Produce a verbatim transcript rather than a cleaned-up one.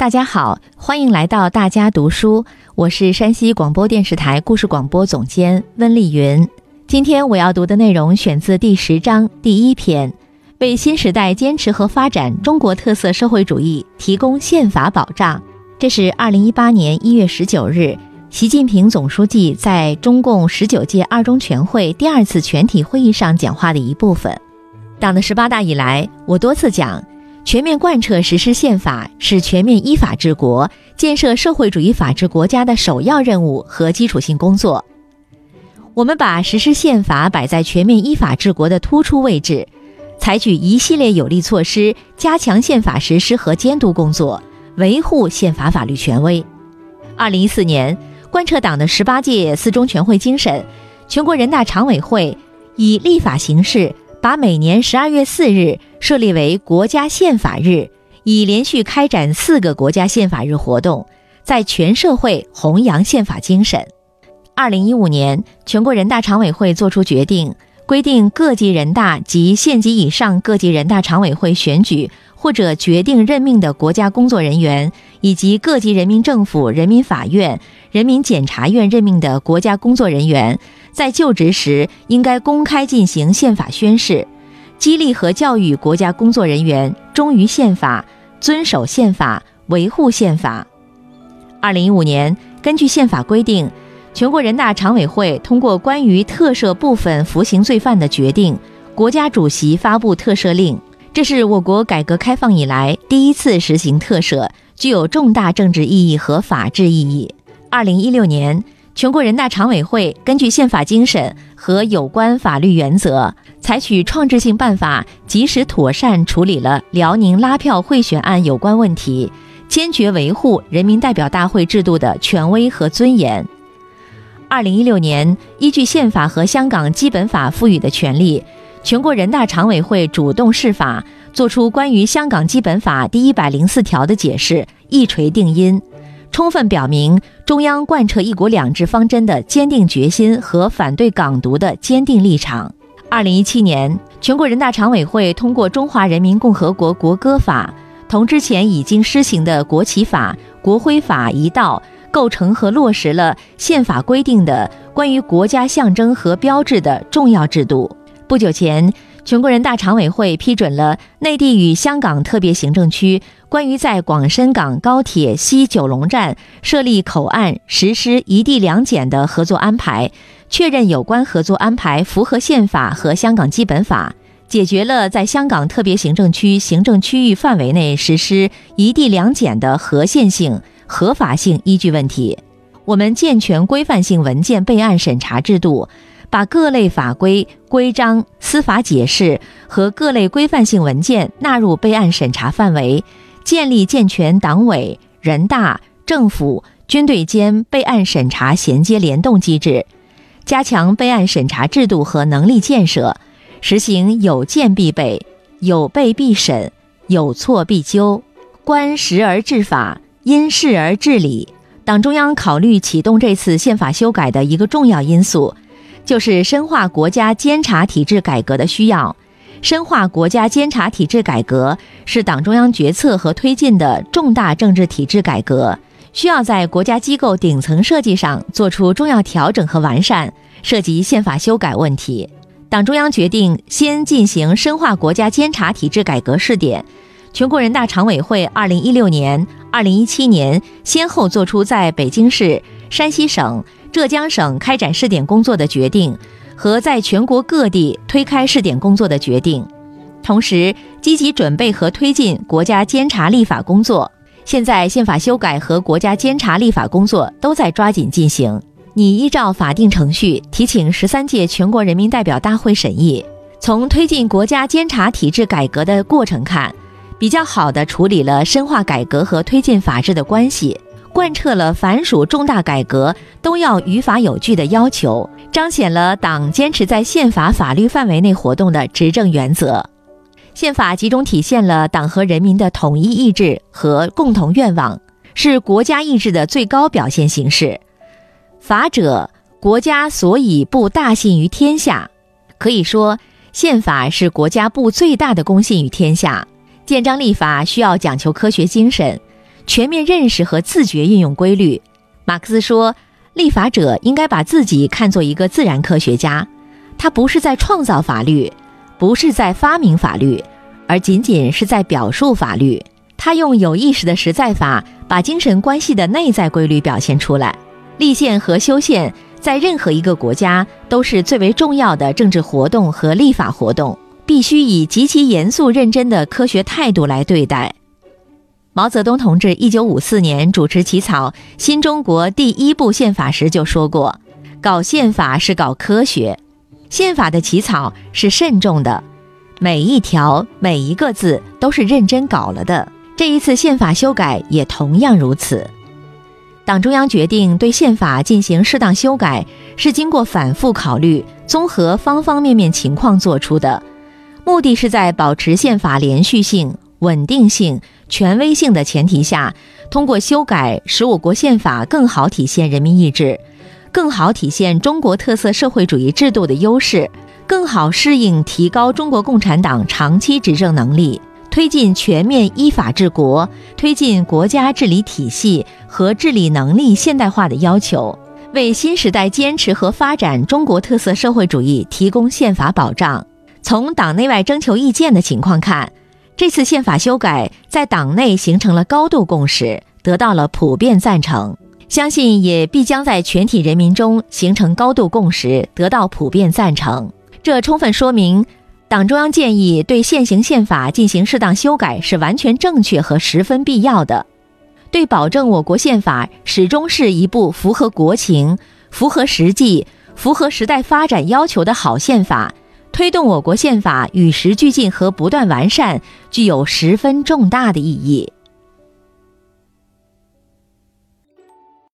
大家好，欢迎来到大家读书，我是山西广播电视台故事广播总监温丽云。今天我要读的内容选自第十章第一篇，为新时代坚持和发展中国特色社会主义提供宪法保障。这是二零一八年一月十九日，习近平总书记在中共十九届二中全会第二次全体会议上讲话的一部分。党的十八大以来，我多次讲，全面贯彻实施宪法是全面依法治国、建设社会主义法治国家的首要任务和基础性工作。我们把实施宪法摆在全面依法治国的突出位置，采取一系列有力措施，加强宪法实施和监督工作，维护宪法法律权威。二零一四年，贯彻党的十八届四中全会精神，全国人大常委会以立法形式把每年十二月四日设立为国家宪法日，以连续开展四个国家宪法日活动，在全社会弘扬宪法精神。二零一五年，全国人大常委会作出决定，规定各级人大及县级以上各级人大常委会选举或者决定任命的国家工作人员，以及各级人民政府、人民法院、人民检察院任命的国家工作人员，在就职时应该公开进行宪法宣誓，激励和教育国家工作人员忠于宪法、遵守宪法、维护宪法。二零一五年，根据宪法规定，全国人大常委会通过关于特赦部分服刑罪犯的决定，国家主席发布特赦令，这是我国改革开放以来第一次实行特赦，具有重大政治意义和法治意义。二零一六年，全国人大常委会根据宪法精神和有关法律原则，采取创制性办法，及时妥善处理了辽宁拉票贿选案有关问题，坚决维护人民代表大会制度的权威和尊严。二零一六年，依据宪法和香港基本法赋予的权利，全国人大常委会主动释法，作出关于香港基本法第一百零四条的解释，一锤定音，充分表明中央贯彻一国两制方针的坚定决心和反对港独的坚定立场。二零一七年，全国人大常委会通过《中华人民共和国国歌法》，同之前已经施行的国旗法、国徽法一道，构成和落实了宪法规定的关于国家象征和标志的重要制度。不久前，全国人大常委会批准了内地与香港特别行政区关于在广深港高铁西九龙站设立口岸实施一地两检的合作安排，确认有关合作安排符合宪法和香港基本法，解决了在香港特别行政区行政区域范围内实施一地两检的合宪性、合法性依据问题。我们健全规范性文件备案审查制度，把各类法规、规章、司法解释和各类规范性文件纳入备案审查范围，建立健全党委、人大、政府、军队间备案审查衔接联动机制，加强备案审查制度和能力建设，实行有见必备、有备必审、有错必纠、观时而治法、因事而治理。党中央考虑启动这次宪法修改的一个重要因素，就是深化国家监察体制改革的需要。深化国家监察体制改革是党中央决策和推进的重大政治体制改革，需要在国家机构顶层设计上做出重要调整和完善，涉及宪法修改问题。党中央决定先进行深化国家监察体制改革试点。全国人大常委会二零一六年、二零一七年先后作出在北京市、山西省、浙江省开展试点工作的决定，和在全国各地推开试点工作的决定，同时积极准备和推进国家监察立法工作。现在宪法修改和国家监察立法工作都在抓紧进行，拟依照法定程序提请十三届全国人民代表大会审议。从推进国家监察体制改革的过程看，比较好地处理了深化改革和推进法治的关系，贯彻了凡属重大改革都要于法有据的要求，彰显了党坚持在宪法法律范围内活动的执政原则。宪法集中体现了党和人民的统一意志和共同愿望，是国家意志的最高表现形式。法者，国家所以布大信于天下。可以说，宪法是国家布最大的公信于天下。建章立法需要讲求科学精神， 全面认识和自觉运用规律。马克思说，立法者应该把自己看作一个自然科学家，他不是在创造法律，不是在发明法律，而仅仅是在表述法律。他用有意识的实在法，把精神关系的内在规律表现出来。立宪和修宪在任何一个国家都是最为重要的政治活动和立法活动，必须以极其严肃认真的科学态度来对待。毛泽东同志一九五四年主持起草新中国第一部宪法时就说过，搞宪法是搞科学，宪法的起草是慎重的，每一条每一个字都是认真搞了的。这一次宪法修改也同样如此。党中央决定对宪法进行适当修改，是经过反复考虑，综合方方面面情况做出的，目的是在保持宪法连续性、稳定性、权威性的前提下，通过修改使我国宪法更好体现人民意志，更好体现中国特色社会主义制度的优势，更好适应提高中国共产党长期执政能力，推进全面依法治国，推进国家治理体系和治理能力现代化的要求，为新时代坚持和发展中国特色社会主义提供宪法保障。从党内外征求意见的情况看，这次宪法修改在党内形成了高度共识，得到了普遍赞成，相信也必将在全体人民中形成高度共识，得到普遍赞成。这充分说明党中央建议对现行宪法进行适当修改是完全正确和十分必要的，对保证我国宪法始终是一部符合国情、符合实际、符合时代发展要求的好宪法，推动我国宪法与时俱进和不断完善，具有十分重大的意义。